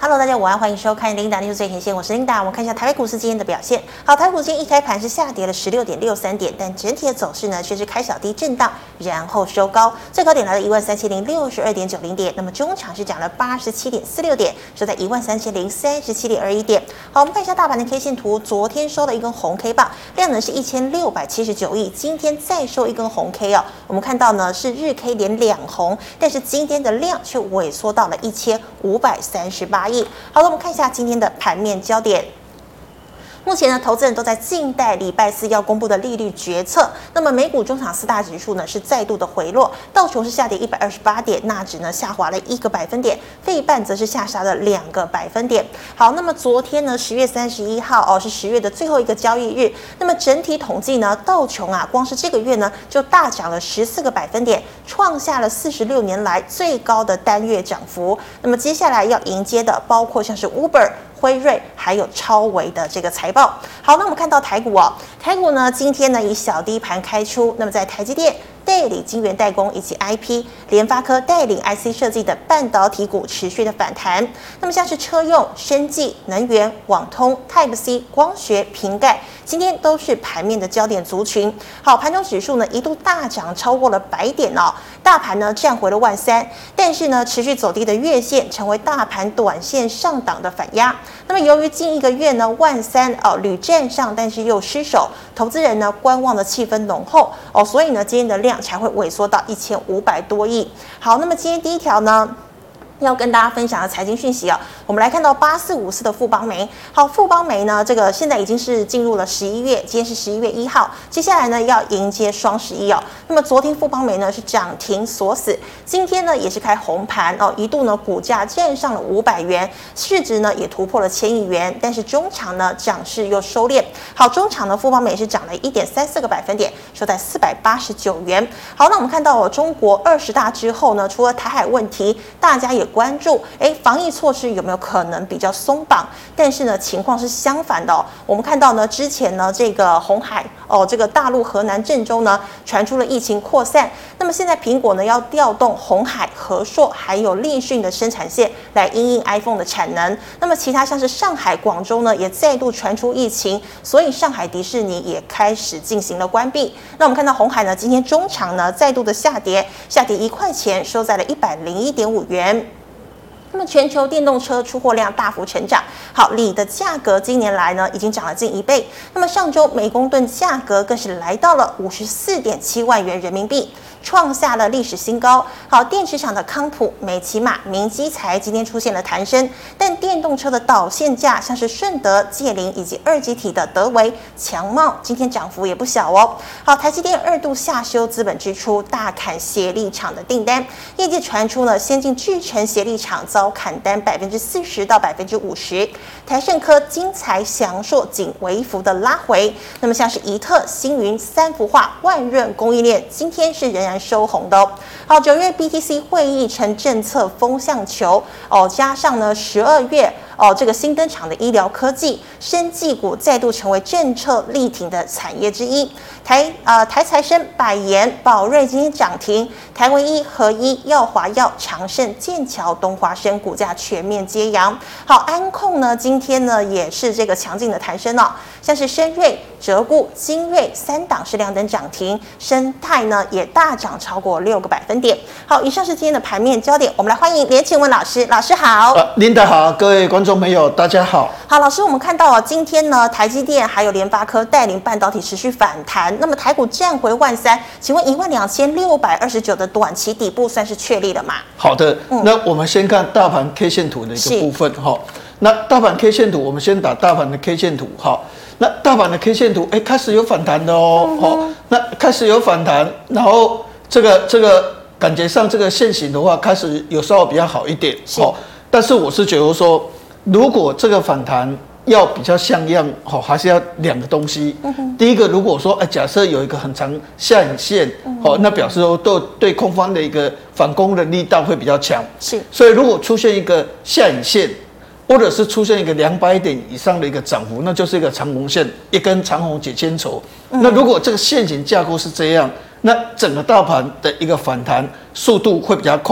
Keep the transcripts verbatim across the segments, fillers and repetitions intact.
Hello， 大家午安，欢迎收看 Linda News 最前线，我是 Linda。我们看一下台北股市今天的表现。好，台股今天一开盘是下跌了十六点六三点，但整体的走势呢却是开小低震荡，然后收高，最高点来到一万三千零六十二点九零点。那么中场是涨了八十七点四六点，收在一万三千零三十七点二一点。好，我们看一下大盘的 K 线图，昨天收了一根红 K 棒，量能是一千六百七十九亿，今天再收一根红 K 哦。我们看到呢是日 K 连两红，但是今天的量却萎缩到了一千五百三十八亿。好了，我们看一下今天的盘面焦点。目前呢，投资人都在静待礼拜四要公布的利率决策。那么美股中场四大指数呢是再度的回落，道琼是下跌一百二十八点，纳指呢下滑了一个百分点，费半则是下杀了两个百分点。好，那么昨天呢，十月三十一号哦是十月的最后一个交易日。那么整体统计呢，道琼啊，光是这个月呢就大涨了十四个百分点，创下了四十六年来最高的单月涨幅。那么接下来要迎接的，包括像是 Uber、辉瑞还有超微的这个财报。好，那我们看到台股哦，台股呢今天呢以小低盘开出，那么在台积电代理晶圆代工以及 I P 联发科带领 I C 设计的半导体股持续的反弹。那么像是车用、生技、能源、网通、Type C、光学、瓶盖，今天都是盘面的焦点族群。好，盘中指数呢一度大涨超过了百点哦，大盘呢站回了万三，但是呢持续走低的月线成为大盘短线上档的反压。那么由于近一个月呢万三哦屡站上，但是又失守，投资人呢观望的气氛浓厚哦，所以呢今天的量才会萎缩到一千五百多亿。好，那么今天第一条呢，要跟大家分享的财经讯息哦，我们来看到八四五四的富邦媒。好，富邦媒呢，这个现在已经是进入了十一月，今天是十一月一号，接下来呢要迎接双十一哦。那么昨天富邦媒呢是涨停锁死，今天呢也是开红盘哦，一度呢股价站上了五百元，市值呢也突破了千亿元，但是中场呢涨势又收敛。好，中场呢富邦媒是涨了一点三四个百分点，收在四百八十九元。好，那我们看到哦，中国二十大之后呢，除了台海问题，大家也关注，哎，防疫措施有没有可能比较松绑？但是呢，情况是相反的哦。我们看到呢，之前呢，这个鸿海哦，这个大陆河南郑州呢，传出了疫情扩散。那么现在苹果呢，要调动鸿海、和硕还有立讯的生产线来因应 iPhone 的产能。那么其他像是上海、广州呢，也再度传出疫情，所以上海迪士尼也开始进行了关闭。那我们看到鸿海呢，今天中场呢再度的下跌，下跌一块钱，收在了一百零一点五元。那么全球电动车出货量大幅成长，好，锂的价格今年来呢已经涨了近一倍。那么上周每公吨价格更是来到了五十四点七万元人民币，创下了历史新高。好，电池厂的康普、美骑马、明基材今天出现了弹升，但电动车的导线价像是顺德、界霖以及二极体的德微、强茂今天涨幅也不小哦。好，台积电二度下修资本支出，大砍协力厂的订单，业界传出了先进制程协力厂遭砍单百分之四十到百分之五十，台盛科、精材、祥硕仅微幅的拉回。那么像是怡特、星云、三幅画、万润供应链，今天是仍然收红的哦。好，九月 B T C 会议成政策风向球哦，加上呢十二月哦这个新登场的医疗科技、生技股再度成为政策力挺的产业之一。台呃台财生、百研、宝瑞今天涨停，台文医、合一、耀华药、长盛、剑桥、东华生股价全面接阳。好，安控呢今天呢也是这个强劲的弹升哦，像是深瑞、哲固、精锐三档是亮灯涨停，生态呢也大涨超过六个百分点。好，以上是今天的盘面焦点，我们来欢迎连庆文老师，老师好。 呃，琳达好，各位观众朋友大家好。 好，老师，我们看到啊，今天呢台积电还有联发科带领半导体持续反弹，那么台股站回万三，请问一万两千六百二十九的短期底部算是确立了吗？ 好的，嗯、那我们先看大盘 K 线图的一个部分哈。那大盘 K 线图，我们先打大盘的 K 线图哈。那大盘的 K 线图，哎，开始有反弹的哦，好、嗯，那开始有反弹，然后这个这个感觉上这个线型的话，开始有稍微比较好一点，好，但是我是觉得说，如果这个反弹要比较像样，好，还是要两个东西。嗯、第一个，如果说，哎，假设有一个很长下影线，好、嗯，那表示说对对空方的一个反攻的力道会比较强。是，所以如果出现一个下影线，或者是出现一个两百点以上的一个涨幅，那就是一个长红线，一根长红解千愁。嗯、那如果这个线型架构是这样，那整个大盘的一个反弹速度会比较快。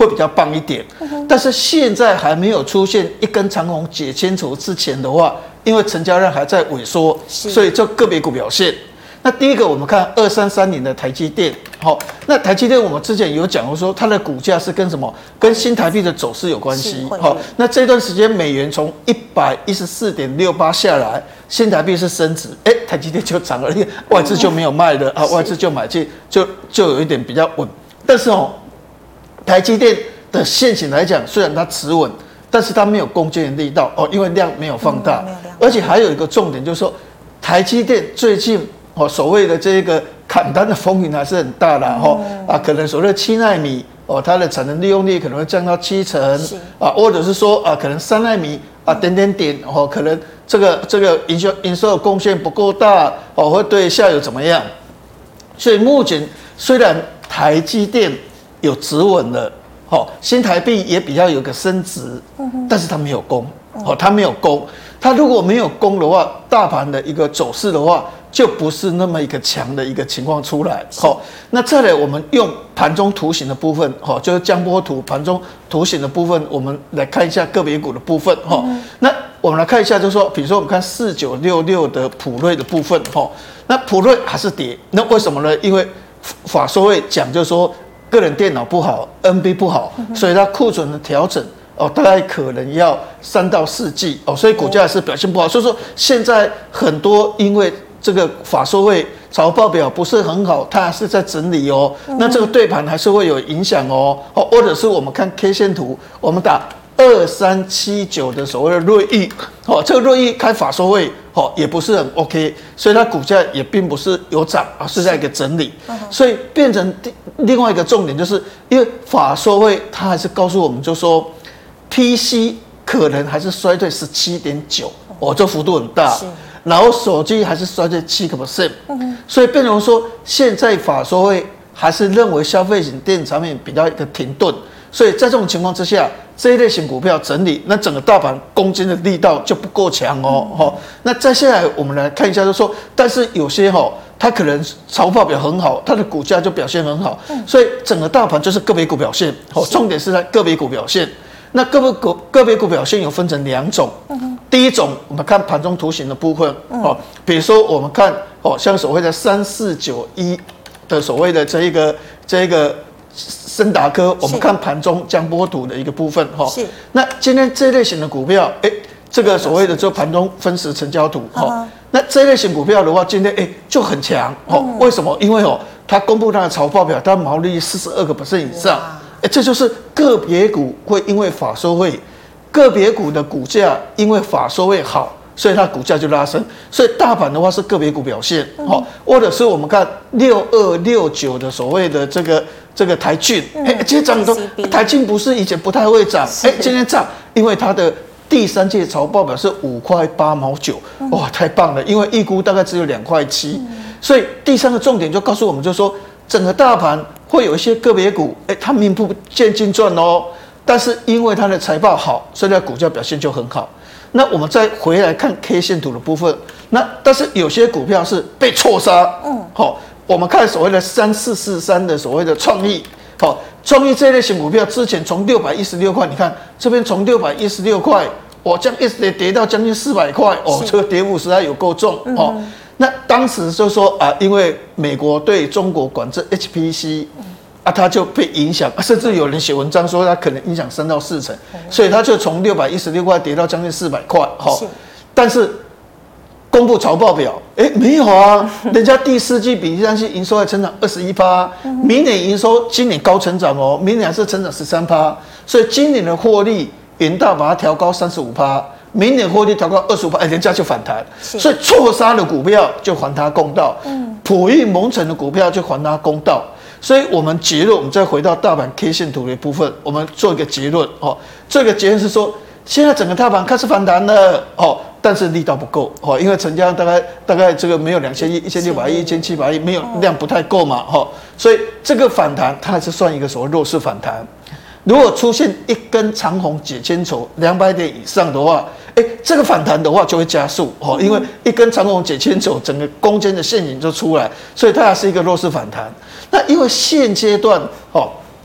会比较棒一点。但是现在还没有出现一根长红解千头之前的话，因为成交量还在萎缩，所以就个别股表现。那第一个，我们看二三三零的台积电，好，那台积电我们之前有讲过说，它的股价是跟什么？跟新台币的走势有关系。好，那这段时间美元从一百一十四点六八下来，新台币是升值，哎、欸，台积电就涨了，外资就没有卖了啊，外资就买进，就就有一点比较稳。但是哦，台积电的现行来讲，虽然它持稳，但是它没有攻坚的力道哦，因为量没有放大，嗯、而且还有一个重点就是说，台积电最近。哦，所谓的这个砍单的风云还是很大的哈、嗯、啊，可能所谓的七奈米哦，它的产能利用率可能会降到七成啊，或者是说啊，可能三奈米啊点点点哦，可能这个这个营收营收的贡献不够大哦，会对下游怎么样？所以目前虽然台积电有止稳了，哦，新台币也比较有个升值，嗯、但是它没有攻哦，它没有攻，它如果没有攻的话，大盘的一个走势的话。就不是那么一个强的一个情况出来，好，那再来我们用盘中图形的部分，哈，就是江波图盘中图形的部分，我们来看一下个别股的部分，哈、嗯，那我们来看一下，就是说，比如说我们看四九六六的普瑞的部分，哈，那普瑞还是跌，那为什么呢？因为法说会讲就是说，个人电脑不好 ，N B 不好，所以它库存的调整。哦，大概可能要三到四季哦，所以股价是表现不好。所以说现在很多因为这个法说会财报表不是很好，它还是在整理哦。那这个对盘还是会有影响哦。哦，或者是我们看 K 线图，我们打二三七九的所谓的瑞昱，哦，这个瑞昱开法说会哦也不是很 OK， 所以它股价也并不是有涨啊，是在一个整理。所以变成另外一个重点，就是因为法说会它还是告诉我们，就说。P C 可能还是衰退十七点九，哦，这幅度很大。然后手机还是衰退七个 percent， 所以变成说现在法说会还是认为消费型电子产品比较一个停顿，所以在这种情况之下，这一类型股票整理，那整个大盘攻坚的力道就不够强哦。嗯、哦，那再下来我们来看一下，就是说，但是有些哦，它可能财报表很好，它的股价就表现很好，嗯、所以整个大盘就是个别股表现。哦，重点是在个别股表现。那个别股个别股表现有分成两种，嗯、第一种我们看盘中图形的部分，嗯、哦，比如说我们看哦，像所谓的三四九一的所谓的这一个这一个森达科，我们看盘中江波图的一个部分，哈、哦，那今天这类型的股票，哎，这个所谓的就盘中分时成交图，哈、哦，那这类型股票的话，今天哎就很强，哦，嗯、为什么？因为哦，它公布它的财报表，它毛利率四十二个 percent 以上。欸、这就是个别股会因为法说会，个别股的股价因为法说会好，所以它股价就拉升。所以大盘的话是个别股表现，好、嗯，或者是我们看六二六九的所谓的这个这个台骏，哎、嗯欸，今天涨都台骏不是以前不太会涨，哎、欸，今天涨，因为它的第三季财报表是五块八毛九，哇，太棒了！因为预估大概只有两块七，所以第三个重点就告诉我们，就说整个大盘。会有一些个别股，哎，它名不见经传哦，但是因为它的财报好，所以它股价表现就很好。那我们再回来看 K 线图的部分，那但是有些股票是被错杀，嗯，好，我们看所谓的三四四三的所谓的创意，好，创意这一类型股票之前从六百一十六块，你看这边从六百一十六块，我将一直跌跌到将近四百块，哦，这个跌幅实在有够重，哦。嗯那当时就说啊，因为美国对中国管制 H P C， 啊，它就被影响，甚至有人写文章说它可能影响三到四成，所以它就从六百一十六块跌到将近四百块，哈。但是公布财报表，哎、欸，没有啊，人家第四季比第三季营收还成长二十一趴，明年营收今年高成长哦，明年还是成长十三趴，所以今年的获利元大把它调高三十五趴。明年获利调高二十五%，哎，人家就反弹，所以错杀的股票就还他公道，嗯，普益蒙城的股票就还他公道，所以我们结论，我们再回到大盘 K 线图的部分，我们做一个结论哦，这个结论是说，现在整个大盘开始反弹了哦，但是力道不够哦，因为成交量大概大概这个没有两千亿、一千六百亿、一千七百亿，没有量不太够嘛，哈，所以这个反弹它还是算一个所谓弱势反弹。如果出现一根长红解千筹两百点以上的话，哎，这个反弹的话就会加速哦，因为一根长红解千筹，整个攻坚的陷阱就出来，所以它还是一个弱势反弹。那因为现阶段哦，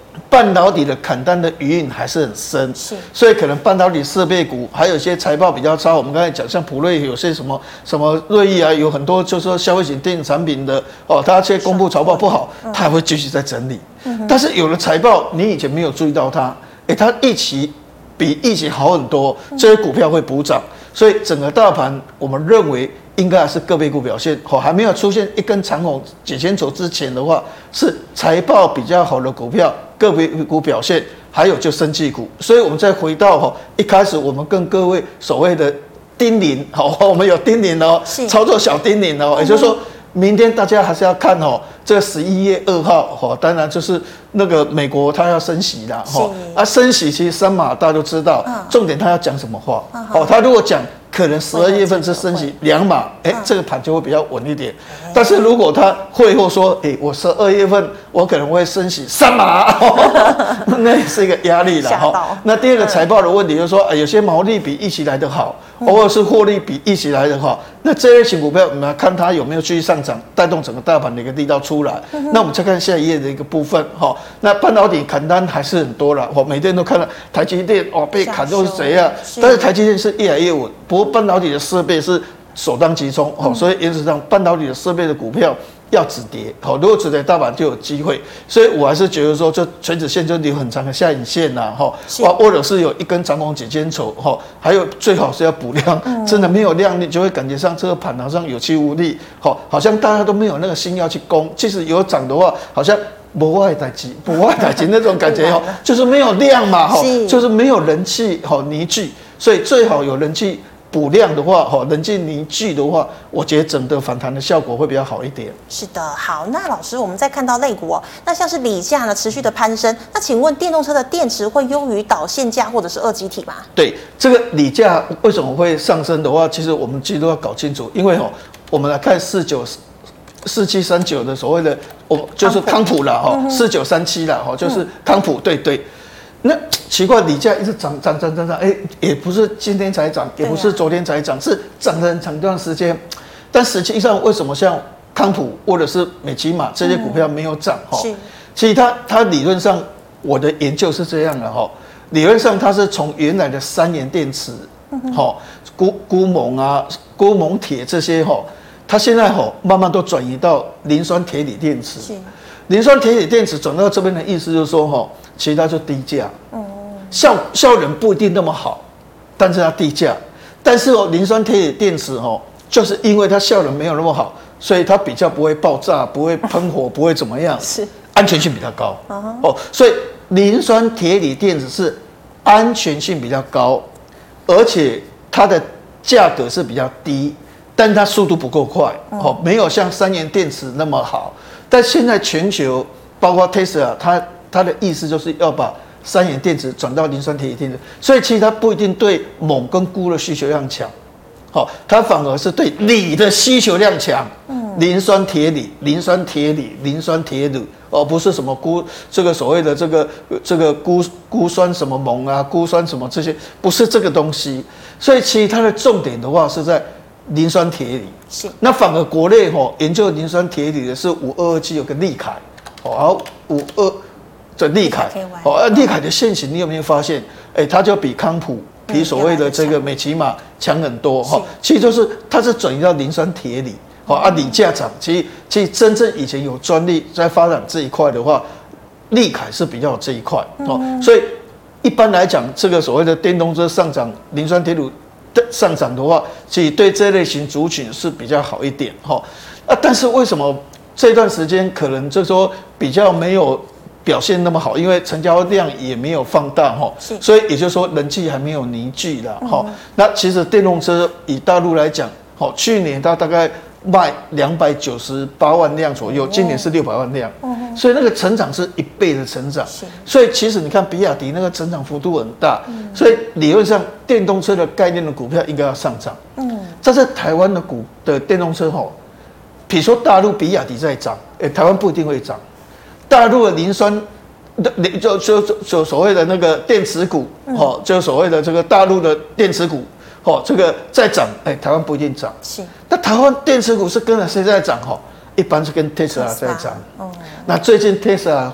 半导体的砍单的余韵还是很深， 是， 所以可能半导体设备股还有一些财报比较差。我们刚才讲，像普瑞有些什么什么瑞昱啊，有很多就是说消费型电子产品的哦，它现在公布财报不好，它还会继续在整理。嗯、但是有的财报你以前没有注意到它，哎，它预期比预期好很多，这些股票会补涨。所以整个大盘，我们认为应该还是个别股表现，好，还没有出现一根长红几千走之前的话，是财报比较好的股票，个别股表现，还有就生技股。所以我们再回到哈一开始我们跟各位所谓的叮咛，好，我们有叮咛哦，操作小叮咛哦，也就是说。明天大家还是要看哦，这十一月二号哦，当然就是那个美国它要升息啦，哈，啊升息其实三码大家都知道，重点他要讲什么话，哦，他如果讲可能十二月份是升息两码，哎，这个盘就会比较稳一点。但是如果他会后说，哎，我十二月份我可能会升息三码，那也是一个压力了哈。那第二个财报的问题就是说，有些毛利比预期来得好，偶尔是获利比预期来得好，那这类型股票我们要看它有没有继续上涨，带动整个大盘的一个力道出来。那我们再看下一页的一个部分哈，那半导体砍单还是很多了，我每天都看到台积电哦被砍又是怎样，但是台积电是越来越稳，不过半导体的设备是首当其冲，哦，所以原则上半导体的设备的股票要止跌，好，如果止跌大盘就有机会，所以我还是觉得说，这垂直线就留很长的下影线呐，哈，或者是有一根长红几千筹，哈，还有最好是要补量，嗯、真的没有量，你就会感觉上这个盘好像有气无力，好，好像大家都没有那个心要去攻，即使有涨的话，好像不外代机，不外代机那种感觉，哈，就是没有量嘛，哈，就是没有人气，好凝聚，所以最好有人气。补量的话，哈，人气凝聚的话，我觉得整个反弹的效果会比较好一点。 是的，好，那老师，我们再看到类股哦，那像是锂价呢持续的攀升，那请问电动车的电池会优于导线价或者是二极体吗？ 对，这个锂价为什么会上升的话，其实我们其实都要搞清楚，因为哦，我们来看四九四七三九的所谓的，我就是康普啦，哈，四九三七啦，哈，就是康普，对对。那奇怪，锂价一直涨涨涨涨涨，哎，也不是今天才涨，也不是昨天才涨，是涨了很长一段时间。但实际上，为什么像康普或者是美琪玛这些股票没有涨？哈、嗯，其实它它理论上，我的研究是这样的哈，理论上它是从原来的三元电池，哈，钴钴锰啊、钴锰铁这些哈，它现在哈慢慢都转移到磷酸铁锂电池。磷酸铁锂电池转到这边的意思就是说哈。其实它就低价，效效能不一定那么好，但是它低价。但是哦，磷酸铁锂电池哦，就是因为它效能没有那么好，所以它比较不会爆炸，不会喷火，不会怎么样，是安全性比较高。哦，所以磷酸铁锂电池是安全性比较高，而且它的价格是比较低，但它速度不够快，哦，没有像三元电池那么好。但现在全球包括 Tesla 它。它的意思就是要把三元电池转到磷酸铁锂电池，所以其实它不一定对锰跟钴的需求量强，好，它反而是对锂的需求量强。嗯，磷酸铁锂、磷酸铁锂、磷酸铁锂，而不是什么钴这个所谓的这个这个钴钴酸什么锰啊、钴酸什么这些，不是这个东西。所以其实它的重点的话是在磷酸铁锂。是，那反而国内哈研究磷酸铁锂的是五二二七有个利凯，好，五二。这利凯，哦，利凯的现形你有没有发现？哎，它就比康普、比所谓的这个美琪玛强很多哈。其实就是它是转移到磷酸铁锂，好啊，锂价涨。其实其实真正以前有专利在发展这一块的话，利凯是比较有这一块哦。所以一般来讲，这个所谓的电动车上涨、磷酸铁锂的上涨的话，其实对这类型族群是比较好一点哈。啊，但是为什么这段时间可能就说比较没有？表现那么好，因为成交量也没有放大哈，所以也就是说人气还没有凝聚啦哈。嗯、那其实电动车以大陆来讲，好，去年它大概卖两百九十八万辆左右，今年是六百万辆，嗯、所以那个成长是一倍的成长。所以其实你看比亚迪那个成长幅度很大，嗯、所以理论上电动车的概念的股票应该要上涨。嗯，但是台湾的股的电动车哈，比如说大陆比亚迪在涨，哎，台湾不一定会涨。大陆的磷酸的就就就所谓的那个电池股，哦，就所谓的这个大陆的电池股，哦，这个在涨，哎，台湾不一定涨。是，那台湾电池股是跟着谁在涨？哈，一般是跟 Tesla 在涨。哦，那最近 Tesla 哈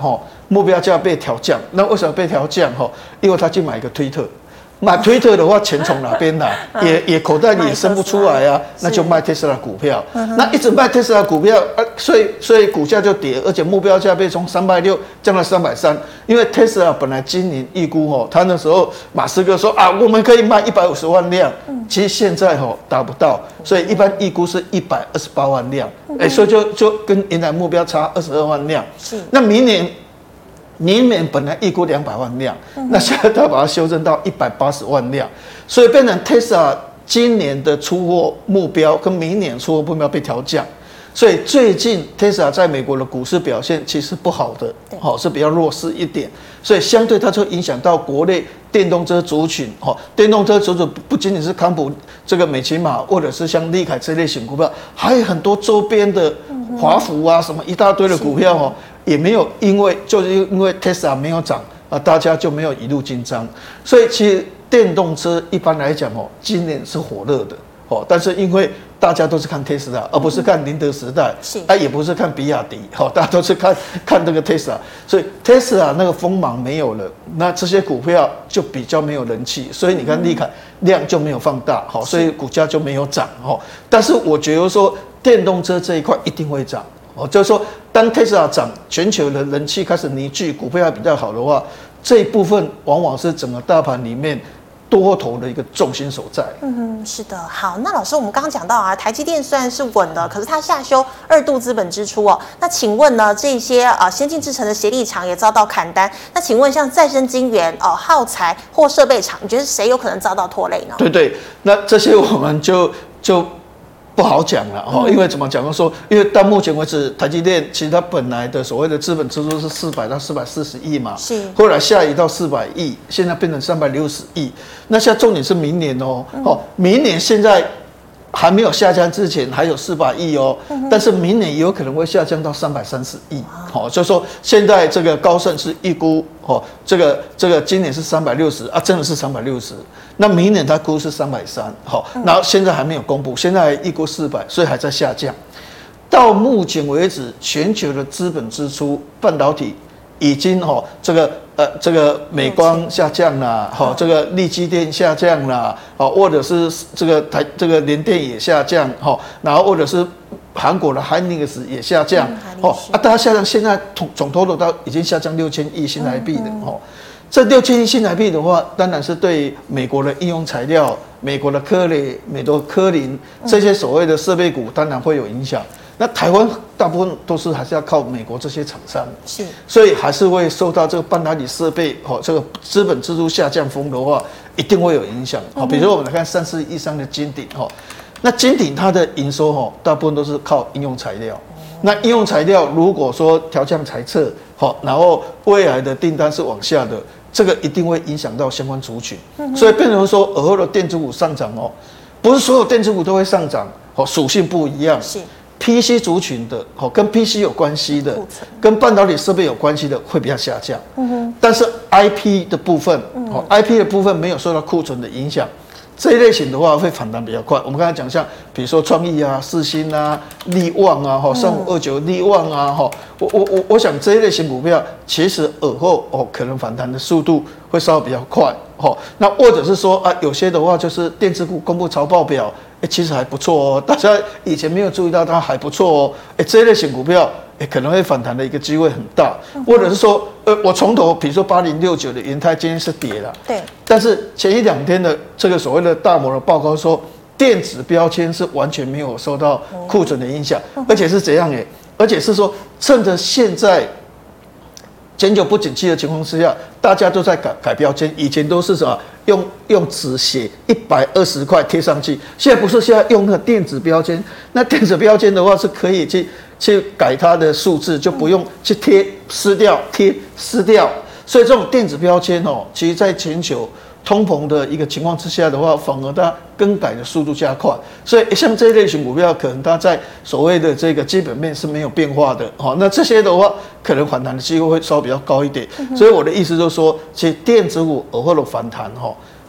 目标价被调降。那为什么被调降？哈，因为他去买一个推特。买推特的话，钱从哪边来？也也口袋里也生不出来啊，那就卖特斯拉股票。那一直卖特斯拉股票，啊，所以所以股价就跌，而且目标价被从三百六降到三百三。因为特斯拉本来今年预估哦，他那时候马斯克说啊，我们可以卖一百五十万辆，其实现在哦达不到，所以一般预估是一百二十八万辆，哎，所以就就跟原来目标差二十二万辆。是，那明年。明年本来预估两百万辆，嗯、那现在他把它修正到一百八十万辆，所以变成 Tesla 今年的出货目标跟明年出货目标被调降，所以最近 Tesla 在美国的股市表现其实不好的，好是比较弱势一点，所以相对它就影响到国内电动车族群，哈，电动车族群不仅仅是康普这个美骑马，或者是像利凯这类型股票，还有很多周边的华孚啊什么一大堆的股票哦。也没有因为就是因为 Tesla 没有涨啊，大家就没有一路紧张，所以其实电动车一般来讲哦，今年是火热的哦，但是因为大家都是看 Tesla， 而不是看宁德时代，啊也不是看比亚迪，哦，大家都是看看这个 Tesla， 所以 Tesla 那个锋芒没有了，那这些股票就比较没有人气，所以你看利凯量就没有放大，好，所以股价就没有涨，哦，但是我觉得说电动车这一块一定会涨。哦，就是说，当 Tesla 涨，全球的人气开始凝聚，股票比较好的话，这一部分往往是整个大盘里面多头的一个重心所在。 嗯，是的。好，那老师，我们刚刚讲到啊，台积电虽然是稳的，可是它下修二度资本支出哦。那请问呢，这些啊先进制程的协力厂也遭到砍单，那请问像再生晶圆、哦耗材或设备厂，你觉得谁有可能遭到拖累呢？ 对对，那这些我们就就。不好讲了哈，因为怎么讲？说，因为到目前为止，台积电其实它本来的所谓的资本支出是四百到四百四十亿嘛，是，后来下移到四百亿，现在变成三百六十亿。那现在重点是明年哦，哦，明年现在还没有下降之前还有四百亿哦，但是明年也有可能会下降到三百三十亿。好，所以说现在这个高盛是预估哦，这个这个今年是三百六十啊，真的是三百六十。那明年它估是三百三，好，然后现在还没有公布，现在预估四百，所以还在下降。到目前为止，全球的资本支出，半导体已经哦，这个呃这个美光下降了，好，这个力积电下降了，好，或者是这个台这个联电也下降，好，然后或者是韩国的 Hynix 也下降，哦，啊，大家下降，现在总总 total 到已经下降六千亿新台币的，哦。这六千亿新台币的话，当然是对美国的应用材料、美国的科雷、美国科林这些所谓的设备股，当然会有影响。那台湾大部分都是还是要靠美国这些厂商，是，所以还是会受到这个半导体设备哦，这个资本支出下降风的话，一定会有影响。好，比如说我们来看三四一三的金鼎哈，那金鼎它的营收哈，大部分都是靠应用材料。那应用材料如果说调降裁测，好，然后未来的订单是往下的。这个一定会影响到相关族群，所以变成说，尔后的电子股上涨哦，不是所有电子股都会上涨，哦，属性不一样。是 P C 族群的，哦，跟 P C 有关系的，跟半导体设备有关系的会比较下降。嗯哼。但是 I P 的部分，哦 ，I P 的部分没有受到库存的影响。这一类型的话会反弹比较快。我们刚才讲像，比如说创意啊、世芯啊、力旺啊、哈三五二九力旺啊，哈，我我我我想这一类型股票其实尔后哦可能反弹的速度会稍微比较快，哈。那或者是说啊，有些的话就是电子股公布财报表，哎，其实还不错哦，大家以前没有注意到它还不错哦，哎，这一类型股票。欸、可能会反弹的一个机会很大，或者是说，呃，我从头，比如说八零六九的元泰今天是跌了，对，但是前一两天的这个所谓的大摩的报告说，电子标签是完全没有受到库存的影响，而且是怎样哎，而且是说趁着现在全球不景气的情况之下，大家都在改改标签，以前都是什么用用纸写一百二十块贴上去，现在不是，现在用那个电子标签，那电子标签的话是可以去。去改它的数字，就不用去贴撕掉贴撕掉，所以这种电子标签哦，其实在全球通膨的一个情况之下的话，反而它更改的速度加快。所以像这一类型股票，可能它在所谓的这个基本面是没有变化的，好，那这些的话，可能反弹的机会会稍微比较高一点。所以我的意思就是说，其实电子股偶尔的反弹哈，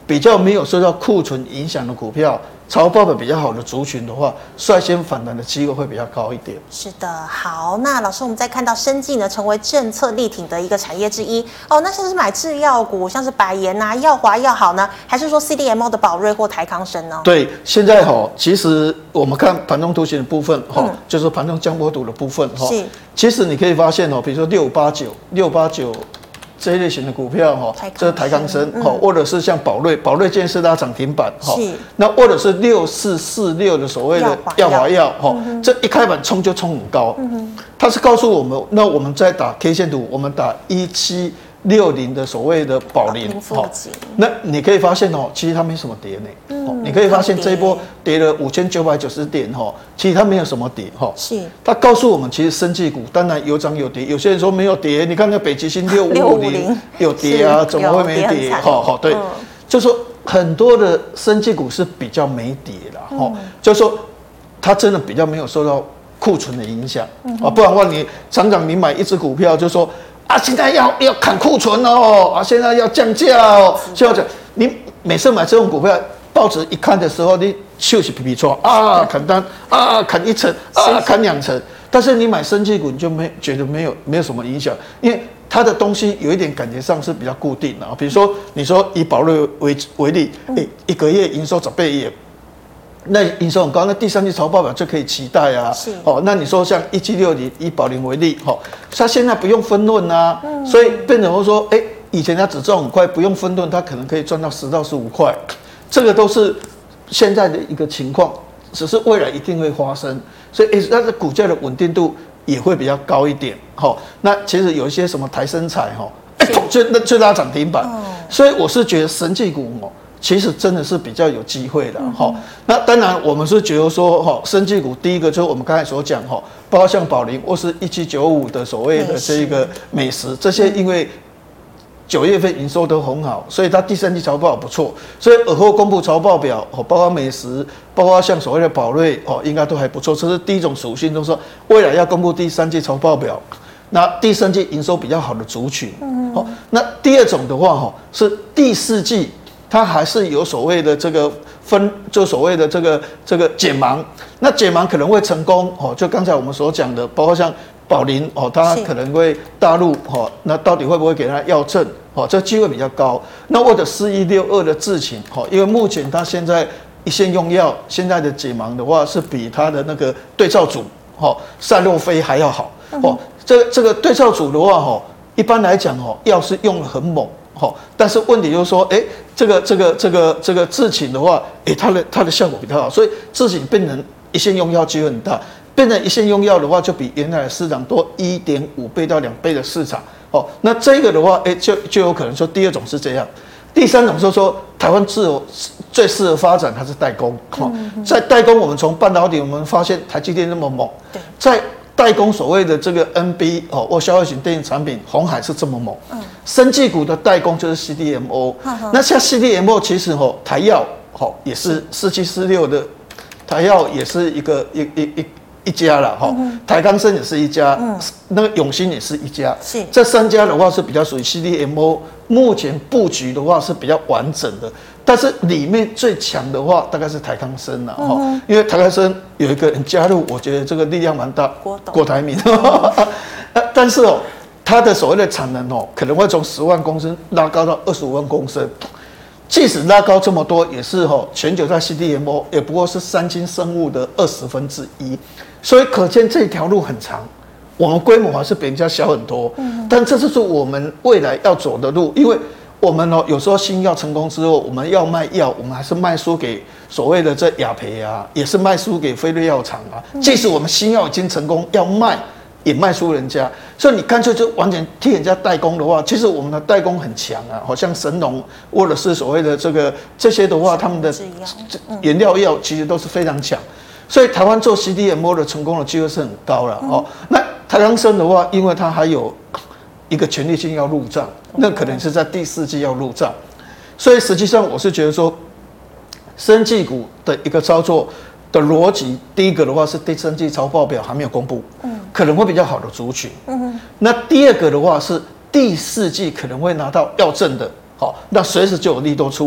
比较没有受到库存影响的股票，财务报表比较好的族群的话，率先反弹的机会会比较高一点。 是的，好，那老师，我们再看到生技呢，成为政策力挺的一个产业之一哦。那像是买制药股，像是百研啊、耀华、耀好呢，还是说 C D M O 的宝瑞或台康生呢？ 对，现在哈、哦，其实我们看盘中图形的部分哈、哦嗯，就是盘中江波图的部分哈、哦。是，其实你可以发现哦，比如说六八九、六八九。这一类型的股票哈，这是台康生哈、嗯，或者是像宝瑞，宝瑞今天是拉涨停板哈，那或者是六四四六的所谓的耀华药哈，这一开盘冲就冲很高，嗯、它是告诉我们，那我们在打 K 线图，我们打一七六零的所谓的宝林哈，那你可以发现哦，其实它没什么跌呢，嗯、你可以发现这一波跌了五千九百九十点哈，其实它没有什么跌哈，是它告诉我们，其实生技股当然有涨有跌，有些人说没有跌，你看那北极星六五五零有跌啊，怎么会没跌？哈好对，嗯、就说很多的生技股是比较没跌啦，哈、嗯，就说它真的比较没有受到库存的影响、嗯、啊，不然的话你常常你买一只股票就说。啊，现在要要砍库存哦，啊，现在要降价哦，就要讲，你每次买这种股票，报纸一看的时候，你秀起皮皮戳啊，砍单啊，砍一层啊，砍两层，但是你买生技股，你就没觉得没有没有什么影响，因为它的东西有一点感觉上是比较固定的啊，比如说你说以宝瑞为为例，哎，一个月营收十倍也。那营收很高，那第三季财报表就可以期待啊。是哦，那你说像一七六零以宝林为例，哈、哦，它现在不用分论啊，嗯、所以变成说，哎、欸，以前它只赚五块，不用分论，它可能可以赚到十到十五块，这个都是现在的一个情况，只是未来一定会发生，所以它的股价的稳定度也会比较高一点。哈、哦，那其实有一些什么台生彩哈，就那就拉涨停板、哦，所以我是觉得神技股哦。其实真的是比较有机会的哈、嗯。那当然，我们是觉得说哈，生技股第一个就是我们刚才所讲哈，包括像宝林或是一七九五的所谓的这个美食，这些因为九月份营收都很好，所以它第三季财报不错，所以尔后公布财报表哦，包括美食，包括像所谓的宝瑞哦，应该都还不错。这是第一种属性，就是说未来要公布第三季财报表。那第三季营收比较好的族群，嗯，好。那第二种的话哈，是第四季。它还是有所谓的这个分，就所谓的这个这个解盲，那解盲可能会成功哦。就刚才我们所讲的，包括像宝林哦，它可能会大陆哦，那到底会不会给它药证哦？这机会比较高。那或者四一六二的智勤哦，因为目前它现在一线用药现在的解盲的话，是比它的那个对照组哦赛洛菲还要好哦。这这个对照组的话哦，一般来讲哦，药是用得很猛。好，但是问题就是说，哎、欸，这个这个这个这个智勤的话，哎、欸，它的它的效果比较好，所以智勤变成一线用药机会很大，变成一线用药的话，就比原来的市场多一点五倍到两倍的市场。哦，那这个的话，哎、欸，就就有可能说第二种是这样，第三种就是说台湾自由最适合发展还是代工。哦，在代工，我们从半导体，我们发现台积电那么猛，在代工所谓的这个 N B 哦或消费型电子产品，鸿海是这么猛。嗯，生技股的代工就是 C D M O。那像 C D M O 其实哦，台药哦也是四七四六的，台药也是一个一一一一家了哈。台康生也是一家，嗯，那个永兴也是一家。是这三家的话是比较属于 C D M O， 目前布局的话是比较完整的。但是里面最强的话，大概是台康生了哈，嗯，因为台康生有一个人加入，我觉得这个力量蛮大，郭郭台铭。但是哦，它的所谓的产能哦，可能会从十万公升拉高到二十五万公升。即使拉高这么多，也是哦，全球在 C D M O 也不过是三星生物的二十分之一，所以可见这条路很长。我们规模还是比人家小很多，嗯，但这就是我们未来要走的路，因为。我们哦，有时候新药成功之后，我们要卖药，我们还是卖输给所谓的这雅培啊，也是卖输给飞瑞药厂啊。即使我们新药已经成功，要卖也卖输人家，所以你干脆就完全替人家代工的话，其实我们的代工很强啊，好像神农或者是所谓的这个这些的话，他们的原料药其实都是非常强，所以台湾做 C D M O 的成功的机会是很高了哦。那台康生的话，因为它还有一个权利金要入账，那可能是在第四季要入账，所以实际上我是觉得说，生技股的一个操作的逻辑，第一个的话是第三季财报表还没有公布，嗯，可能会比较好的族群，嗯，那第二个的话是第四季可能会拿到药证的，好，那随时就有利多出来，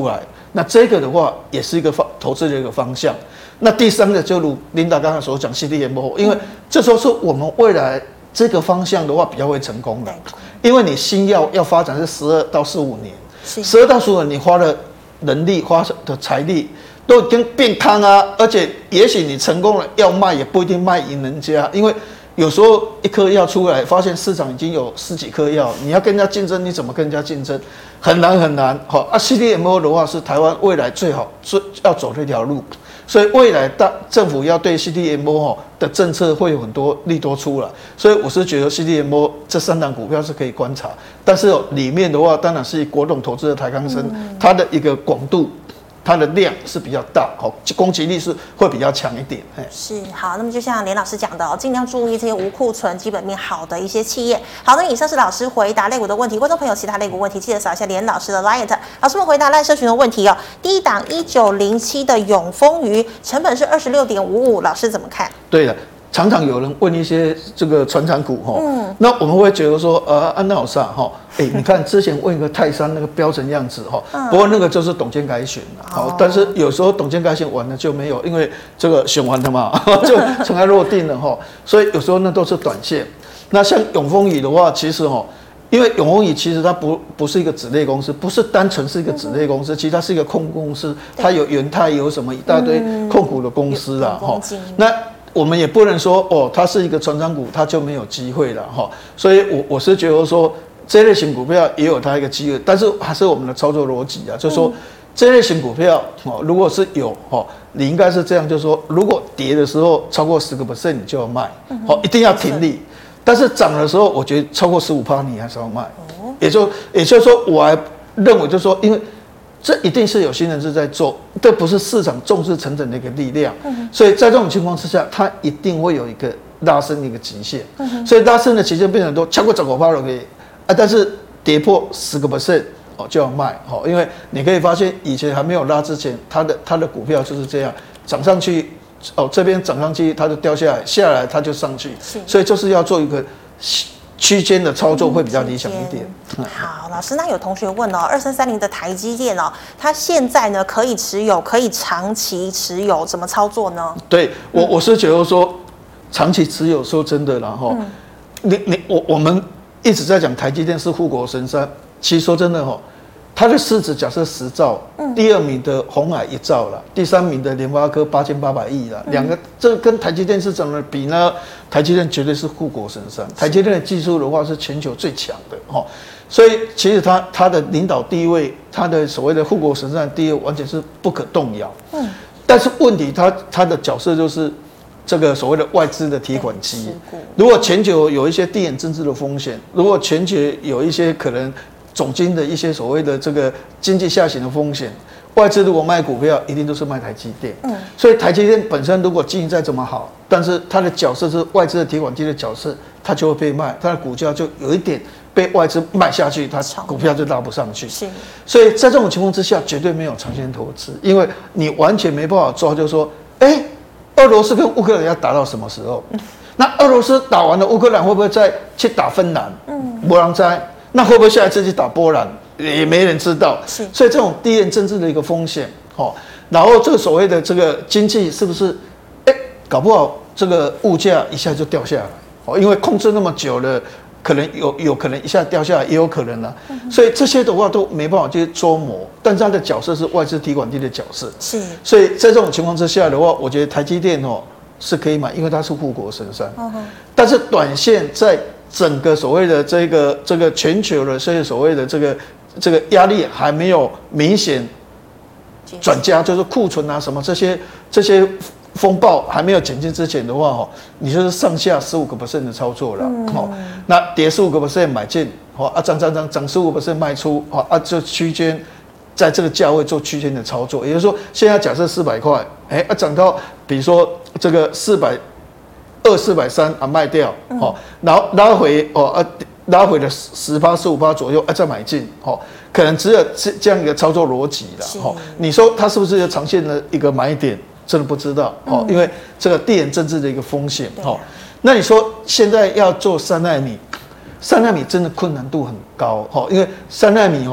那这个的话也是一个方投资的一个方向。那第三个就如琳达刚才所讲 C D M O， 因为这时候是我们未来这个方向的话比较会成功的，因为你新药要发展是十二到十五年，十二到十五年你花的人力花的财力都已经变康啊，而且也许你成功了要卖也不一定卖赢人家，因为有时候一颗药出来，发现市场已经有十几颗药，你要跟人家竞争，你怎么跟人家竞争？很难很难。好啊 ，C D M O 的话是台湾未来最好最要走的一条路，所以未来大政府要对 C D M O 的政策会有很多利多出来，所以我是觉得 C D M O 这三档股票是可以观察，但是里面的话当然是以国董投资的台康生，它的一个广度。它的量是比较大，好，攻击力是会比较强一点。 是好，那么就像连老师讲的哦，尽量注意这些无库存、基本面好的一些企业。好，那以上是老师回答类股的问题，观众朋友其他类股问题记得扫一下连老师的 Line。老师们回答赖社群的问题哦。第一档一九零七的永丰余，成本是二十六点五五，老师怎么看？ 对的。常常有人问一些这个传产股哈，嗯，那我们会觉得说，呃，安娜老师哈，哎，你看之前问一个泰山那个标成样子哈，嗯、不过那个就是董监改选了，好、哦，但是有时候董监改选完了就没有，因为这个选完了嘛，就尘埃落定了哈，所以有时候那都是短线。那像永丰余的话，其实哈，因为永丰余其实它不不是一个子类公司，不是单纯是一个子类公司，其实它是一个控股公司，它有元泰有什么一大堆控股的公司啦，哈、嗯，那。我们也不能说哦，它是一个传产股，它就没有机会了哈。所以我我是觉得说，这类型股票也有它一个机会，但是还是我们的操作逻辑啊，就是说这类型股票哦，如果是有哦，你应该是这样，就是说，如果跌的时候超过十个 percent 你就要卖，好，一定要停利。但是涨的时候，我觉得超过十五%你还是要卖。也就也就是说，我还认为就是说，因为。这一定是有心人士在做，这不是市场重视成长的一个力量，嗯、所以在这种情况之下，它一定会有一个拉升的一个极限，嗯、所以拉升的极限变成都超过十五%了可以啊，但是跌破十个 percent 哦就要卖哦，因为你可以发现以前还没有拉之前，它的它的股票就是这样涨上去哦，这边涨上去它就掉下来，下来它就上去，所以就是要做一个。区间的操作会比较理想一点。 嗯、好，老师，那有同学问哦，二三三零的台积电哦，它现在呢可以持有，可以长期持有，怎么操作呢？ 对我，我是觉得说，长期持有说真的啦，然后、嗯、你你我我们一直在讲台积电是护国神山，其实说真的哈。它的市值假设十兆，嗯、第二名的鸿海一兆了，第三名的联发科八千八百亿了，两、嗯、个这跟台积电市场的比呢，台积电绝对是护国神山。台积电的技术的话是全球最强的哈，所以其实它它的领导地位，它的所谓的护国神山的地位完全是不可动摇。嗯，但是问题它它的角色就是这个所谓的外资的提款机。如果全球有一些地缘政治的风险，如果全球有一些可能。总经的一些所谓的这个经济下行的风险，外资如果卖股票，一定都是卖台积电。嗯，所以台积电本身如果经营再怎么好，但是它的角色是外资的提款机的角色，它就会被卖，它的股价就有一点被外资卖下去，它股票就拉不上去。是，所以在这种情况之下，绝对没有长线投资，因为你完全没办法抓，就是说，哎、欸，俄罗斯跟乌克兰要打到什么时候？嗯、那俄罗斯打完了，乌克兰会不会再去打芬兰？嗯，没人知。那会不会下一次去打波兰，也没人知道。是，所以这种地缘政治的一个风险，哦，然后这个所谓的这个经济是不是，哎，搞不好这个物价一下就掉下来，哦，因为控制那么久了，可能有有可能一下掉下来，也有可能啊。嗯、所以这些的话都没办法去捉摸，但是它的角色是外资提款机的角色。是，所以在这种情况之下的话，我觉得台积电哦是可以买，因为它是护国神山。嗯、但是短线在。整个所谓的这个这个全球的这些所谓的这个这个压力还没有明显转加，就是库存啊什么这些这些风暴还没有减轻之前的话，哈，你就是上下十五个 percent 的操作了，好、嗯，那跌十五个 percent 买进，好啊，涨涨涨涨十五个 percent 卖出，好啊，就区间在这个价位做区间的操作，也就是说，现在假设四百块，哎啊，涨到比如说这个四百。二四百三啊卖掉，好、嗯，然后拉回哦啊拉回了十趴十五趴左右啊再买进，好，可能只有这这样一个操作逻辑了，好，你说它是不是有长线的一个买点？真的不知道，哦、嗯，因为这个地缘政治的一个风险，好，那你说现在要做三奈米，三奈米真的困难度很高，哈，因为三奈米哦，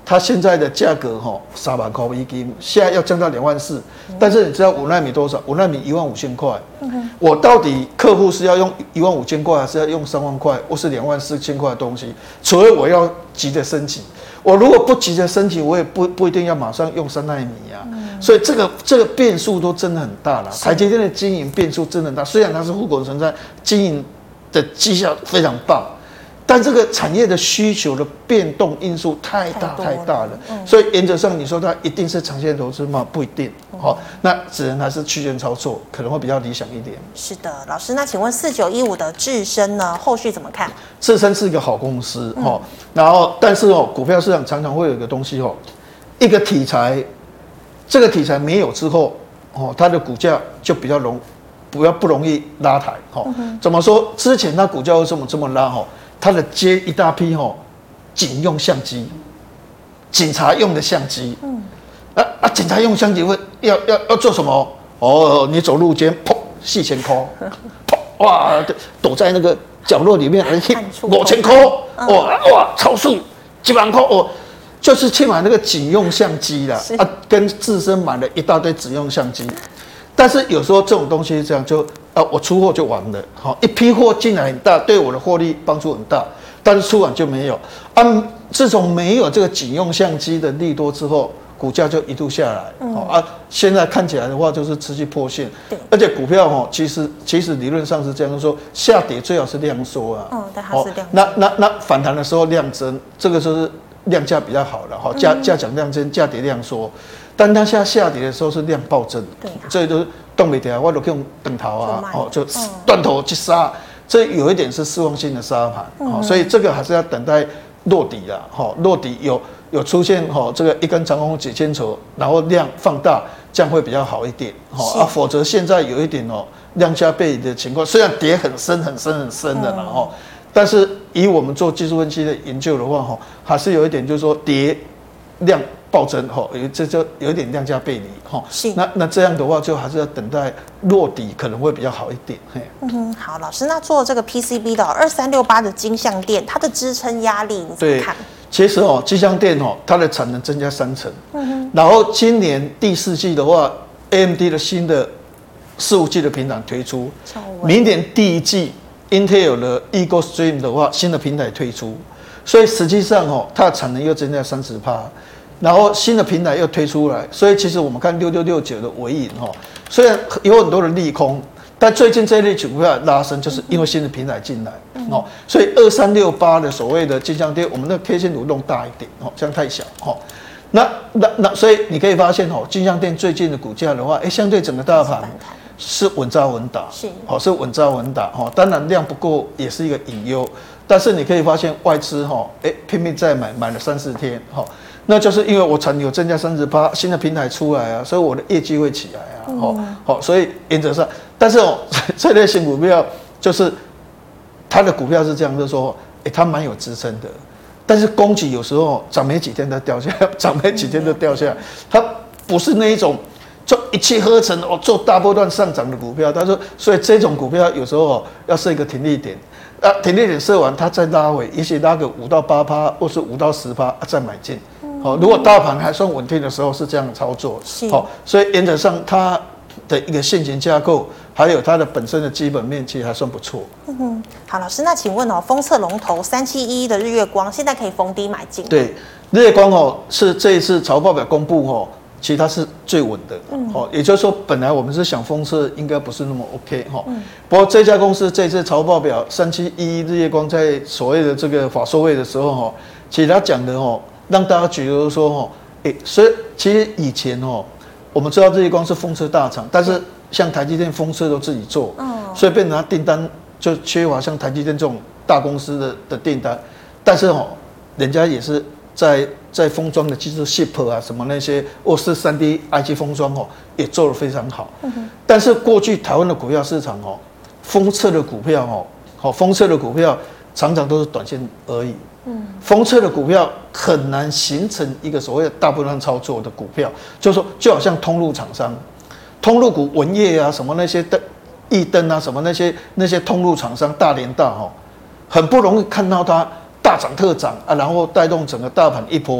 它现在的价格哈三万块一斤，现在要降到两万四，但是你知道五奈米多少？五奈米一万五千块。嗯、我到底客户是要用一万五千块，还是要用三万块，或是两万四千块的东西？除非我要急着升级，我如果不急着升级，我也不不一定要马上用三奈米啊。嗯、所以这个这个变数都真的很大了。台积电的经营变数真的很大，虽然它是护国神山，经营的绩效非常棒。但这个产业的需求的变动因素太大太大了，嗯、所以原则上你说它一定是长线投资吗？不一定，好、嗯，那只能还是区间操作，可能会比较理想一点。 是的，老师，那请问四九一五的智深呢，后续怎么看？ 智深是一个好公司，哈、嗯，然后但是哦，股票市场常常会有一个东西哦，一个题材，这个题材没有之后，哦，它的股价就比较容，比较不容易拉抬，哈、嗯，怎么说？之前它股价为什么这么拉？哈？他的接一大批吼警用相机，警察用的相机，嗯，啊啊，警察用相机会要要要做什么？哦，你走路间，砰，四千块，砰，哇，躲在那个角落里面，五千块，哇哇，超速，几万块，哦，就是去买那个警用相机啦，啊，跟自身买了一大堆警用相机，但是有时候这种东西这样就。啊，我出货就完了，好，一批货进来很大，对我的获利帮助很大，但是出完就没有。啊，自从没有这个警用相机的利多之后，股价就一度下来，嗯、啊，现在看起来的话就是持续破线，而且股票哈，其实其实理论上是这样，就是说下跌最好是量缩啊， 嗯，对，它是量缩。 那那那反弹的时候量增，这个就是量价比较好了，哈，价价涨量增，价跌量缩。但它现在下跌的时候是量暴增，对、啊，这都是动不掉，我都可以用等头啊，哦，就断头去杀，这有一点是失望性的杀盘，哦、嗯，所以这个还是要等待落底啦，哈，落底有有出现哈，这个一根长红几千球，然后量放大，这样会比较好一点，哈，啊，否则现在有一点哦量价背离的情况，虽然跌很深很深很深的啦，哈、嗯，但是以我们做技术分析的研究的话，哈，还是有一点就是说跌量。暴增哈，这就有一点量价背离哈。是。那那这样的话，就还是要等待落底，可能会比较好一点。 嗯哼，好，老师，那做这个 P C B 的二三六八的金像电，它的支撑压力你怎么看？ 其实哦，金像电哦，它的产能增加三成。嗯哼。然后今年第四季的话 ，A M D 的新的四五 G 的平台推出，明年第一季 Intel 的 Eagle Stream 的话，新的平台推出，所以实际上哦，它的产能又增加三十趴。然后新的平台又推出来，所以其实我们看六六六九的微影哈，虽然有很多的利空，但最近这一类股票拉升，就是因为新的平台进来哦，所以二三六八的所谓的金像电，我们的 K 线图弄大一点哦，这样太小哈。那那那，所以你可以发现哦，金像电最近的股价的话，哎，相对整个大盘是稳扎稳打，是哦，是稳扎稳打哈。当然量不够也是一个隐忧，但是你可以发现外资哈，哎，拼命在买，买了三四天哈。那就是因为我产有增加三十趴，新的平台出来啊，所以我的业绩会起来啊，好、嗯，好，所以原则上，但是哦，这类型股票就是它的股票是这样，就是说，哎、欸，它蛮有支撑的，但是供给有时候涨没几天它掉下来，涨没几天就掉下来，它不是那一种就一气呵成哦做大波段上涨的股票，他说，所以这种股票有时候哦要设一个停利点。啊，停利点设完，它再拉回，也许拉个五到八趴，或是五到十趴，再买进。好、嗯，如果大盘还算稳定的时候是这样操作。好，所以原则上它的一个现行架构，还有它的本身的基本面，其实还算不错。 嗯哼，好，老师，那请问哦，封测龙头三七一一的日月光，现在可以逢低买进？对， 日月光哦，是这一次财报表公布哦。其实它是最稳的，哦、嗯，也就是说，本来我们是想封测应该不是那么 OK 哈、嗯，不过这家公司这次财报表三七一一日月光在所谓的这个法说会的时候哈，其实他讲的哈，让大家觉得说哈，哎，所以其实以前哦，我们知道日月光是封测大厂，但是像台积电封测都自己做，嗯，所以变成它订单就缺乏像台积电这种大公司的的订单，但是哦，人家也是。在在封装的技术 S H I P 啊什么那些，或是 三 D I C 封装哦，也做得非常好。嗯、但是过去台湾的股票市场哦，封测的股票哦，好封测的股票常常都是短线而已。嗯，封测的股票很难形成一个所谓的大波段操作的股票，就是说就好像通路厂商、通路股文业啊什么那些的易登啊什么那些那些通路厂商大连大哦，很不容易看到它。大涨特涨啊，然后带动整个大盘一波，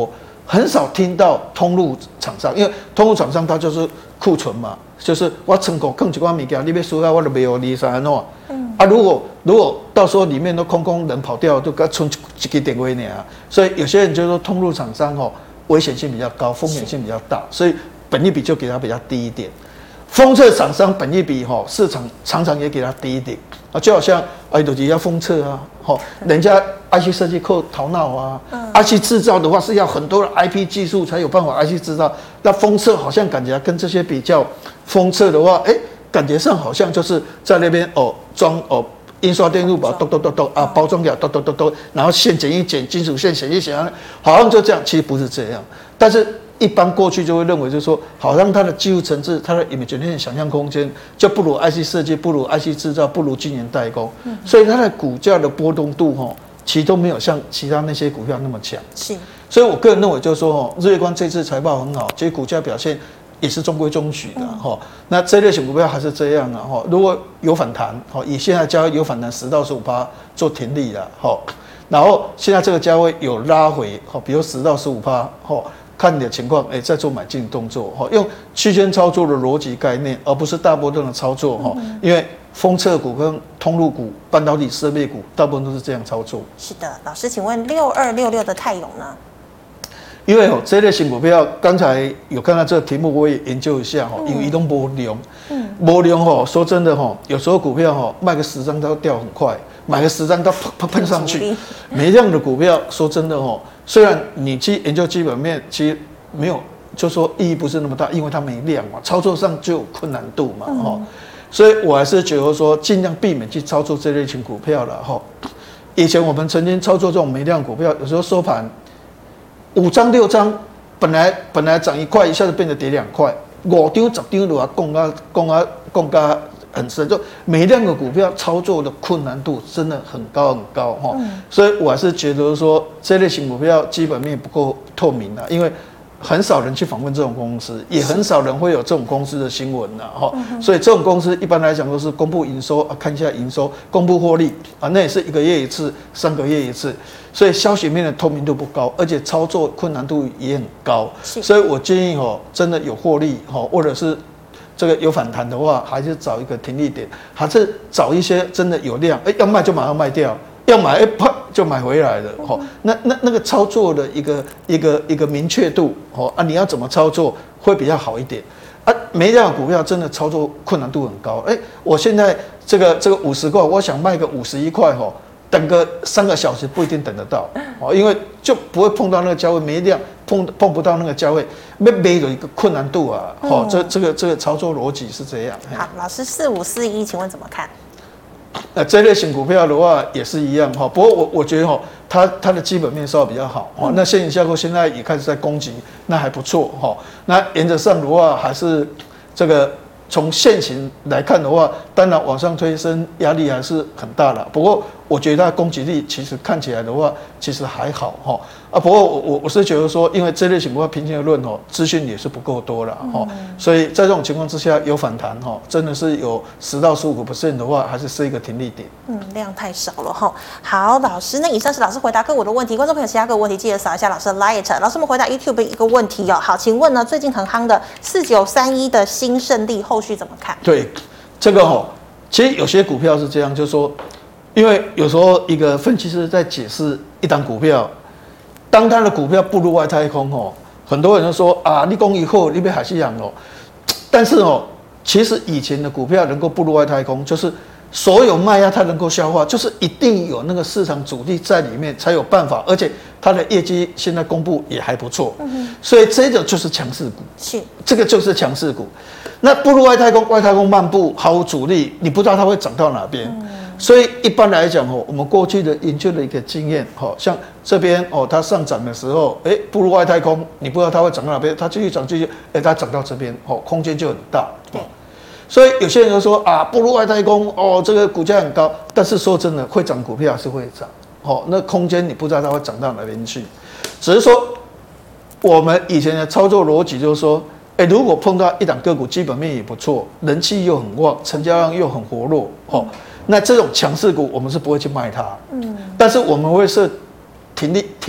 很少听到通路厂商，因为通路厂商它就是库存嘛，就是我仓库放一寡物件，你要需要我就卖给你，是安怎？嗯啊，如果如果到时候里面都空空，人跑掉，就该存一个点位呢啊。所以有些人就说通路厂商哦，危险性比较高，风险性比较大，所以本益比就给它比较低一点。封测厂商本益比哈，市场常常也给它低一点啊，就好像哎，就是要封测啊，哈，人家 I C 设计扣头脑啊、嗯、，I C 制造的话是要很多的 I P 技术才有办法 I C 制造，那封测好像感觉跟这些比较，封测的话，哎、欸，感觉上好像就是在那边哦装哦印刷电路板咚咚咚咚啊，包装表咚咚咚咚，然后线剪一剪，金属线剪一剪，好像就这样，其实不是这样，但是。一般过去就会认为，就是说，好像它的技术层次、它的 imagination 想象空间就不如 I C 设计、不如 I C 制造、不如晶圆代工，嗯、所以它的股价的波动度哈，其实都没有像其他那些股票那么强。 是，所以我个人认为，就是说，哦，日月光这次财报很好，其实股价表现也是中规中矩的哈、嗯。那这类型股票还是这样的哈，如果有反弹，哈，以现在价位有反弹十到十五趴做停利了哈，然后现在这个价位有拉回，哈，比如十到十五趴，哈。看你的情况，哎、欸，再做买进动作哈，用区间操作的逻辑概念，而不是大波动的操作哈。嗯、因为封测股跟通路股、半导体设备股，大部分都是这样操作。 是的，老师，请问六二六六的泰永呢？ 因为哦，这类型股票，刚才有看到这个题目，我也研究一下哈，因为移动波量，嗯，波量哈，说真的哈，有时候股票哈卖个十张都掉很快，买个十张都砰砰喷上去，没量的股票，说真的哈。虽然你去研究基本面，其实没有，就说意义不是那么大，因为它没量嘛，操作上就有困难度嘛，哈、嗯，所以我还是觉得说，尽量避免去操作这类型股票了，哈。以前我们曾经操作这种没量股票，有时候收盘五张六张，本来本来涨一块，一下子变得跌两块，五张十张的话，供啊供啊供啊。很深，就每量的股票操作的困难度真的很高很高哈，嗯、所以我还是觉得说这类型股票基本面不够透明啊，因为很少人去访问这种公司，也很少人会有这种公司的新闻啊哈，嗯、所以这种公司一般来讲都是公布营收啊，看一下营收，公布获利啊，那也是一个月一次，三个月一次，所以消息面的透明度不高，而且操作困难度也很高，所以我建议哈，真的有获利哈，或者是。这个有反弹的话，还是找一个停利点，还是找一些真的有量，哎、欸，要卖就马上卖掉，要买哎、欸，啪就买回来了，哦，那那那个操作的一个一个一个明确度，哦啊，你要怎么操作会比较好一点啊？每一档股票真的操作困难度很高，哎、欸，我现在这个这个五十块，我想卖个五十一块，哈。等个三个小时不一定等得到哦，因为就不会碰到那个价位，没量碰碰不到那个价位，没没有一个困难度啊。哦，嗯、这这个这个操作逻辑是这样。 好，老师四五四一，请问怎么看？ 呃，这类型股票的话也是一样哈，不过我我觉得哈，它它的基本面稍微比较好哦。那现影架构现在也开始在攻击，那还不错哈。那原则上的话，还是这个。从现行来看的话，当然往上推升压力还是很大了。不过我觉得它攻击力其实看起来的话，其实还好哈。啊，不过我我我是觉得说，因为这类型股票平均而论哦，资讯也是不够多了哈，嗯、所以在这种情况之下有反弹哈，真的是有十到十五个 percent 的话，还是是一个停利点。 嗯，量太少了哈。好，老师，那以上是老师回答个股的问题，观众朋友其他个股问题记得扫一下老师的 Light。老师们回答 YouTube 一个问题哦。好，请问呢，最近很夯的四九三一的新胜利后续怎么看？ 对，这个哈，其实有些股票是这样，就是说，因为有时候一个分析师在解释一档股票。当他的股票步入外太空哦，很多人都说啊，你讲以后你被海西洋哦，但是哦，其实以前的股票能够步入外太空，就是所有卖压它能够消化，就是一定有那个市场主力在里面才有办法，而且它的业绩现在公布也还不错，嗯、所以这个就是强势股， 是这个就是强势股。那步入外太空，外太空漫步毫无阻力，你不知道它会涨到哪边。嗯所以一般来讲哦，我们过去的研究的一个经验，哦，像这边哦，它上涨的时候，哎，步入外太空，你不知道它会涨到哪边，它继续涨，继续，哎，它涨到这边，哦，空间就很大。对。所以有些人就说啊，步入外太空，哦，这个股价很高，但是说真的，会涨股票还是会涨，哦，那空间你不知道它会涨到哪边去，只是说我们以前的操作逻辑就是说，哎，如果碰到一档个股基本面也不错，人气又很旺，成交量又很活络，哦。那这种强势股，我们是不会去卖它，嗯，但是我们会设停利停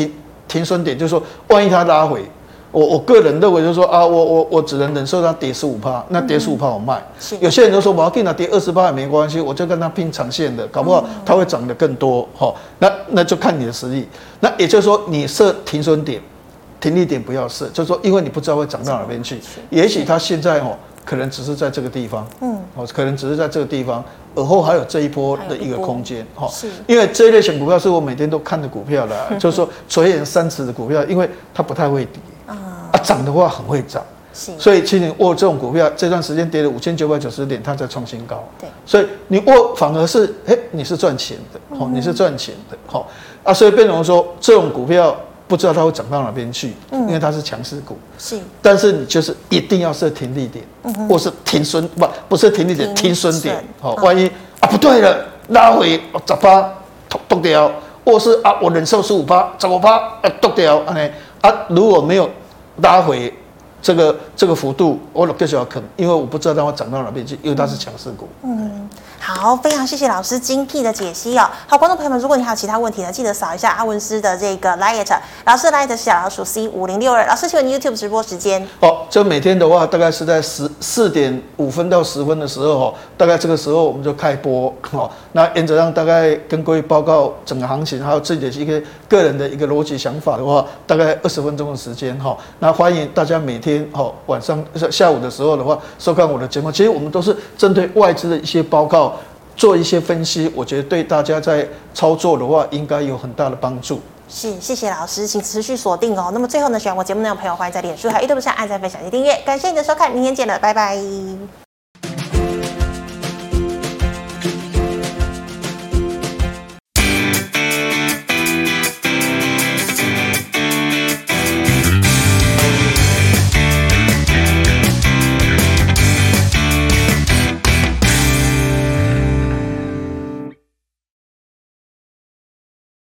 停损点，就是说万一它拉回。我我个人认为就是说啊，我我我只能忍受它跌十五趴，那跌十五趴我卖。嗯、有些人都说我要跟它跌二十趴也没关系，我就跟它拼长线的，搞不好它会涨得更多。哈、哦，那那就看你的实力。那也就是说，你设停损点、停利点不要设，就是说因为你不知道会涨到哪边去。也许它现在哦，可能只是在这个地方，嗯，哦，可能只是在这个地方，而后还有这一波的一个空间。哈、哦，因为这一类型股票是我每天都看的股票啦，就是说垂涎三尺的股票，因为它不太会跌。啊，涨的话很会涨，所以其实你握这种股票，这段时间跌了五千九百九十点，它在创新高。对，所以你握反而是，哎、欸，你是赚钱的，哦、嗯，你是赚钱的，好、哦、啊，所以变成说这种股票不知道它会涨到哪边去，嗯、因为它是强势股。是，但是你就是一定要设停利点，嗯、或是停损，不不是停利点，停损点。好、哦，万一啊不对了，拉回十趴剁掉，或是啊我忍受十五趴、十五趴啊剁掉，安尼。啊，如果没有拉回这个这个幅度，我继续要啃，因为我不知道它会涨到哪边去，因为它是强势股。嗯， 好，非常谢谢老师精辟的解析哦。好，观众朋友们，如果你还有其他问题呢，记得扫一下阿文师的这个 Light， 老师的 Light 是小老鼠 C 五零六二。老师，请问 YouTube 直播时间？ 哦，这每天的话，大概是在十四点五分到十分的时候，哦，大概这个时候我们就开播。哦，那原则上大概跟各位报告整个行情，还有自己的一个个人的一个逻辑想法的话，大概二十分钟的时间。哈，那欢迎大家每天哈晚上下午的时候的话收看我的节目。其实我们都是针对外资的一些报告做一些分析，我觉得对大家在操作的话应该有很大的帮助。 是，谢谢老师，请持续锁定哦。那么最后呢，喜欢我节目内容的朋友，欢迎在脸书还有 YouTube 上按赞、分享及订阅。感谢你的收看，明天见了，拜拜。